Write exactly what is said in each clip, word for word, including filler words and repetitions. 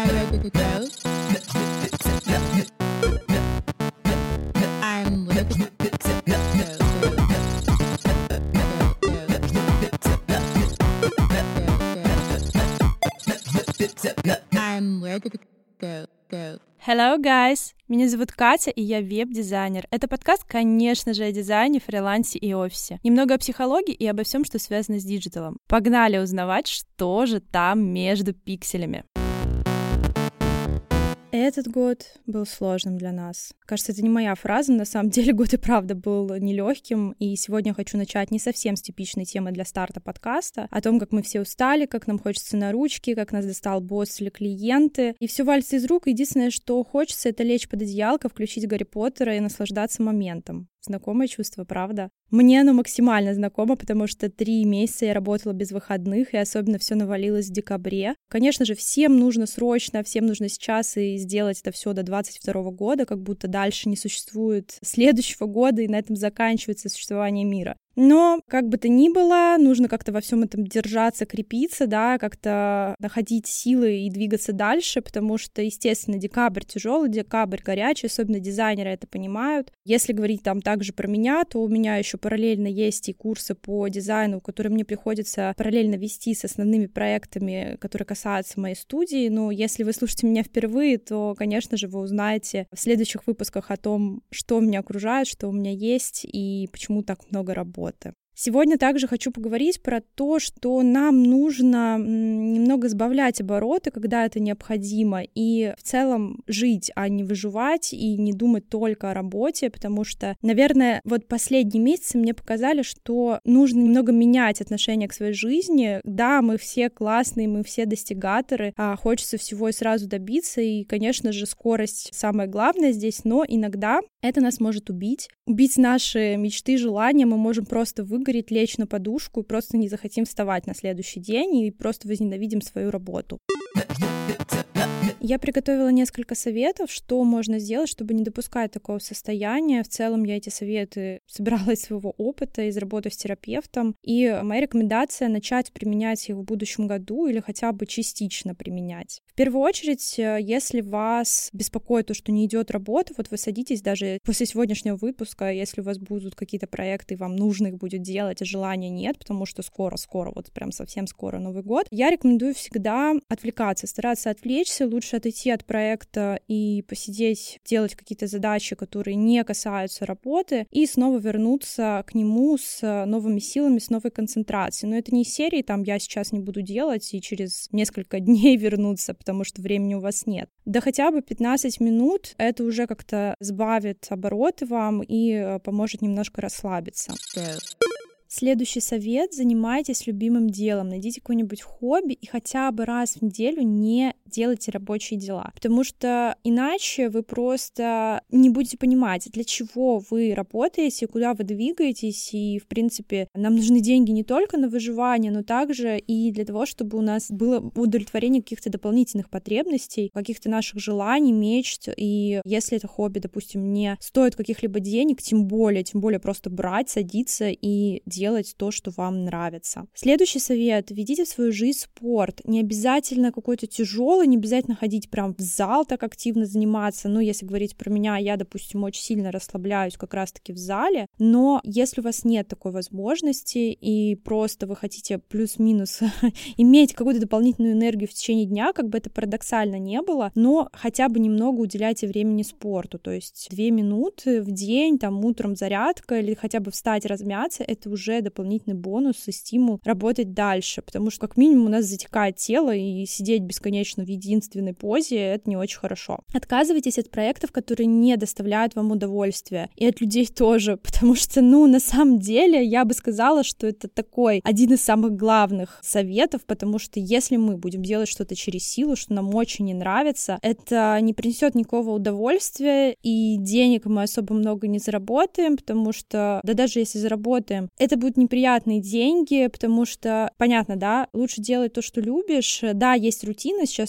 I'm ready to go. I'm ready to go. I'm ready to go. Go. Hello, guys! Меня зовут Катя, и я веб-дизайнер. Это подкаст, конечно же, о дизайне, фрилансе и офисе. Немного о психологии и обо всем, что связано с диджиталом. Погнали узнавать, что же там между пикселями. Этот год был сложным для нас. Кажется, это не моя фраза, но на самом деле год и правда был нелегким, и сегодня я хочу начать не совсем с типичной темы для старта подкаста, о том, как мы все устали, как нам хочется на ручки, как нас достал босс или клиенты, и все валится из рук. Единственное, что хочется, это лечь под одеялко, включить Гарри Поттера и наслаждаться моментом. Знакомое чувство, правда? Мне оно максимально знакомо, потому что три месяца я работала без выходных, и особенно все навалилось в декабре. Конечно же, всем нужно срочно, всем нужно сейчас и сделать это все до двадцать второго года, как будто дальше не существует следующего года, и на этом заканчивается существование мира. Но, как бы то ни было, нужно как-то во всем этом держаться, крепиться, да, как-то находить силы и двигаться дальше, потому что, естественно, декабрь тяжелый, декабрь горячий, особенно дизайнеры это понимают. Если говорить там также про меня, то у меня еще параллельно есть и курсы по дизайну, которые мне приходится параллельно вести с основными проектами, которые касаются моей студии. Но если вы слушаете меня впервые, то, конечно же, вы узнаете в следующих выпусках о том, что меня окружает, что у меня есть и почему так много работы. Сегодня также хочу поговорить про то, что нам нужно немного сбавлять обороты, когда это необходимо, и в целом жить, а не выживать, и не думать только о работе, потому что, наверное, вот последние месяцы мне показали, что нужно немного менять отношение к своей жизни. Да, мы все классные, мы все достигаторы, а хочется всего и сразу добиться, и, конечно же, скорость самое главное здесь, но иногда это нас может убить. Убить наши мечты, желания, мы можем просто выгореть, лечь на подушку и просто не захотим вставать на следующий день и просто возненавидим свою работу. Я приготовила несколько советов, что можно сделать, чтобы не допускать такого состояния. В целом я эти советы собирала из своего опыта, из работы с терапевтом. И моя рекомендация — начать применять их в будущем году или хотя бы частично применять. В первую очередь, если вас беспокоит то, что не идет работа, вот вы садитесь даже после сегодняшнего выпуска, если у вас будут какие-то проекты, и вам нужно их будет делать, а желания нет, потому что скоро-скоро, вот прям совсем скоро Новый год, я рекомендую всегда отвлекаться, стараться отвлечься, лучше отойти от проекта и посидеть, делать какие-то задачи, которые не касаются работы, и снова вернуться к нему с новыми силами, с новой концентрацией. Но это не из серии, там, я сейчас не буду делать, и через несколько дней вернуться, потому что времени у вас нет. Да хотя бы пятнадцать минут, это уже как-то сбавит обороты вам и поможет немножко расслабиться. Следующий совет — занимайтесь любимым делом, найдите какое-нибудь хобби и хотя бы раз в неделю не делайте рабочие дела, потому что иначе вы просто не будете понимать, для чего вы работаете, куда вы двигаетесь, и, в принципе, нам нужны деньги не только на выживание, но также и для того, чтобы у нас было удовлетворение каких-то дополнительных потребностей, каких-то наших желаний, мечт, и если это хобби, допустим, не стоит каких-либо денег, тем более, тем более просто брать, садиться и делать то, что вам нравится. Следующий совет — введите в свою жизнь спорт, не обязательно какой-то тяжелый, не обязательно ходить прям в зал так активно заниматься. Ну, если говорить про меня, я, допустим, очень сильно расслабляюсь как раз-таки в зале, но если у вас нет такой возможности и просто вы хотите плюс-минус иметь какую-то дополнительную энергию в течение дня, как бы это парадоксально не было, но хотя бы немного уделяйте времени спорту, то есть две минуты в день, там, утром зарядка или хотя бы встать, размяться, это уже дополнительный бонус и стимул работать дальше, потому что как минимум у нас затекает тело, и сидеть бесконечно в единственной позе — это не очень хорошо. Отказывайтесь от проектов, которые не доставляют вам удовольствия, и от людей тоже, потому что, ну, на самом деле, я бы сказала, что это такой один из самых главных советов, потому что если мы будем делать что-то через силу, что нам очень не нравится, это не принесет никакого удовольствия, и денег мы особо много не заработаем, потому что, да даже если заработаем, это будут неприятные деньги, потому что, понятно, да, лучше делать то, что любишь. Да, есть рутина, сейчас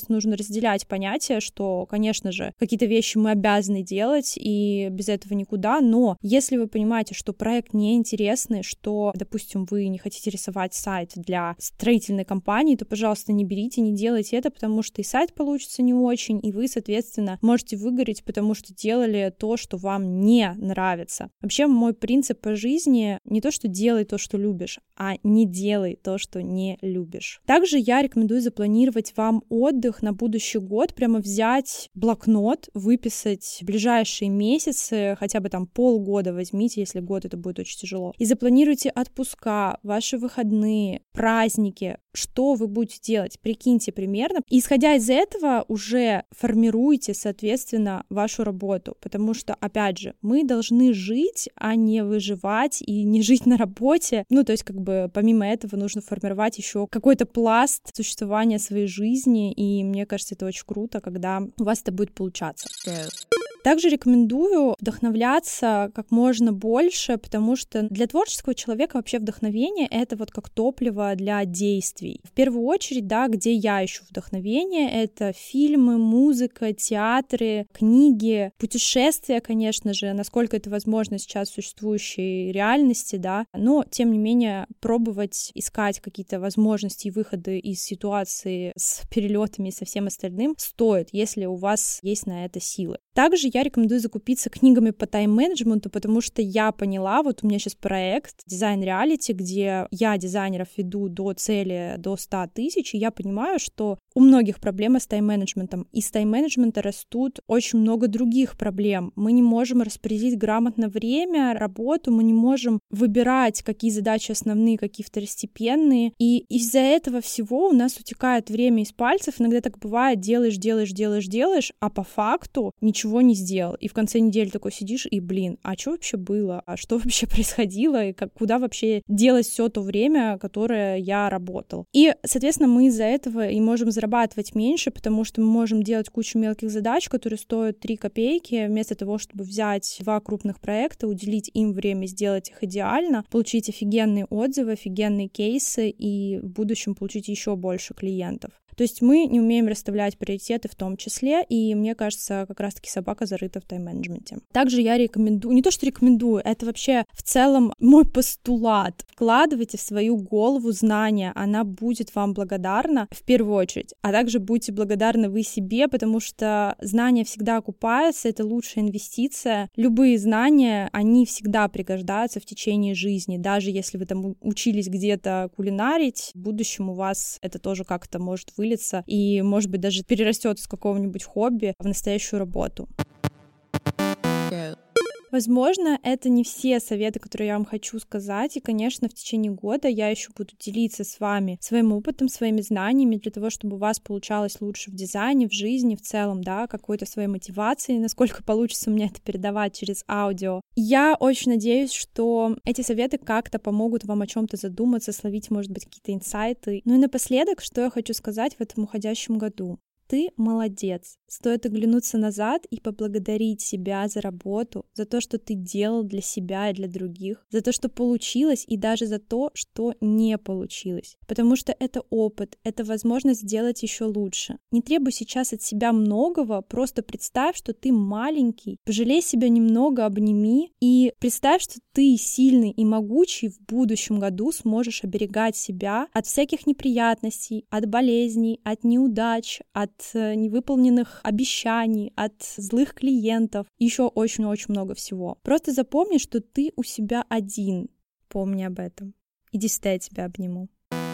просто нужно разделять понятие, что, конечно же, какие-то вещи мы обязаны делать, и без этого никуда, но если вы понимаете, что проект неинтересный, что, допустим, вы не хотите рисовать сайт для строительной компании, то, пожалуйста, не берите, не делайте это, потому что и сайт получится не очень, и вы, соответственно, можете выгореть, потому что делали то, что вам не нравится. Вообще, мой принцип по жизни не то, что делай то, что любишь, а не делай то, что не любишь. Также я рекомендую запланировать вам отдых на будущий год, прямо взять блокнот, выписать ближайшие месяцы, хотя бы там полгода возьмите, если год это будет очень тяжело, и запланируйте отпуска, ваши выходные, праздники, что вы будете делать, прикиньте примерно. И, исходя из этого, уже формируйте, соответственно, вашу работу, потому что, опять же, мы должны жить, а не выживать и не жить на работе. Ну, то есть, как бы, помимо этого, нужно формировать еще какой-то пласт существования своей жизни, и мне кажется, это очень круто, когда у вас это будет получаться. Go. Также рекомендую вдохновляться как можно больше, потому что для творческого человека вообще вдохновение — это вот как топливо для действий. В первую очередь, да, где я ищу вдохновение, это фильмы, музыка, театры, книги, путешествия, конечно же, насколько это возможно сейчас в существующей реальности, да, но, тем не менее, пробовать искать какие-то возможности и выходы из ситуации с перелетами и со всем остальным стоит, если у вас есть на это силы. Также я рекомендую закупиться книгами по тайм-менеджменту, потому что я поняла, вот у меня сейчас проект дизайн-реалити, где я дизайнеров веду до цели, до ста тысяч, и я понимаю, что у многих проблемы с тайм-менеджментом. Из тайм-менеджмента растут очень много других проблем. Мы не можем распределить грамотно время, работу, мы не можем выбирать, какие задачи основные, какие второстепенные, и из-за этого всего у нас утекает время из пальцев. Иногда так бывает, делаешь, делаешь, делаешь, делаешь, а по факту ничего не сделал. И в конце недели такой сидишь и, блин, а что вообще было? А что вообще происходило? И как, куда вообще делось все то время, которое я работал? И, соответственно, мы из-за этого и можем зарабатывать меньше, потому что мы можем делать кучу мелких задач, которые стоят три копейки, вместо того, чтобы взять два крупных проекта, уделить им время, сделать их идеально, получить офигенные отзывы, офигенные кейсы и в будущем получить еще больше клиентов. То есть мы не умеем расставлять приоритеты в том числе, и мне кажется, как раз-таки собака зарыта в тайм-менеджменте. Также я рекомендую, не то что рекомендую, это вообще в целом мой постулат. Вкладывайте в свою голову знания, она будет вам благодарна в первую очередь, а также будьте благодарны вы себе, потому что знания всегда окупаются, это лучшая инвестиция. Любые знания, они всегда пригождаются в течение жизни, даже если вы там учились где-то кулинарить, в будущем у вас это тоже как-то может вылиться и, может быть, даже перерастет из какого-нибудь хобби в настоящую работу. Go. Возможно, это не все советы, которые я вам хочу сказать, и, конечно, в течение года я еще буду делиться с вами своим опытом, своими знаниями для того, чтобы у вас получалось лучше в дизайне, в жизни, в целом, да, какой-то своей мотивации, насколько получится у меня это передавать через аудио. Я очень надеюсь, что эти советы как-то помогут вам о чем-то задуматься, словить, может быть, какие-то инсайты. Ну и напоследок, что я хочу сказать в этом уходящем году. Ты молодец. Стоит оглянуться назад и поблагодарить себя за работу, за то, что ты делал для себя и для других, за то, что получилось, и даже за то, что не получилось. Потому что это опыт, это возможность сделать еще лучше. Не требуй сейчас от себя многого, просто представь, что ты маленький, пожалей себя немного, обними, и представь, что ты сильный и могучий в будущем году сможешь оберегать себя от всяких неприятностей, от болезней, от неудач, от невыполненных обещаний, от злых клиентов, еще очень-очень много всего. Просто запомни, что ты у себя один. Помни об этом. Иди сюда, я тебя обниму.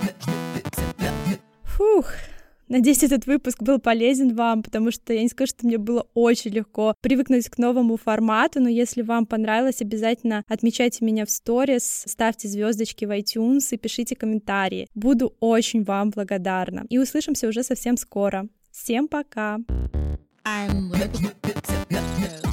Фух. Надеюсь, этот выпуск был полезен вам, потому что я не скажу, что мне было очень легко привыкнуть к новому формату, но если вам понравилось, обязательно отмечайте меня в сторис, ставьте звездочки в iTunes и пишите комментарии. Буду очень вам благодарна. И услышимся уже совсем скоро. Всем пока! I'm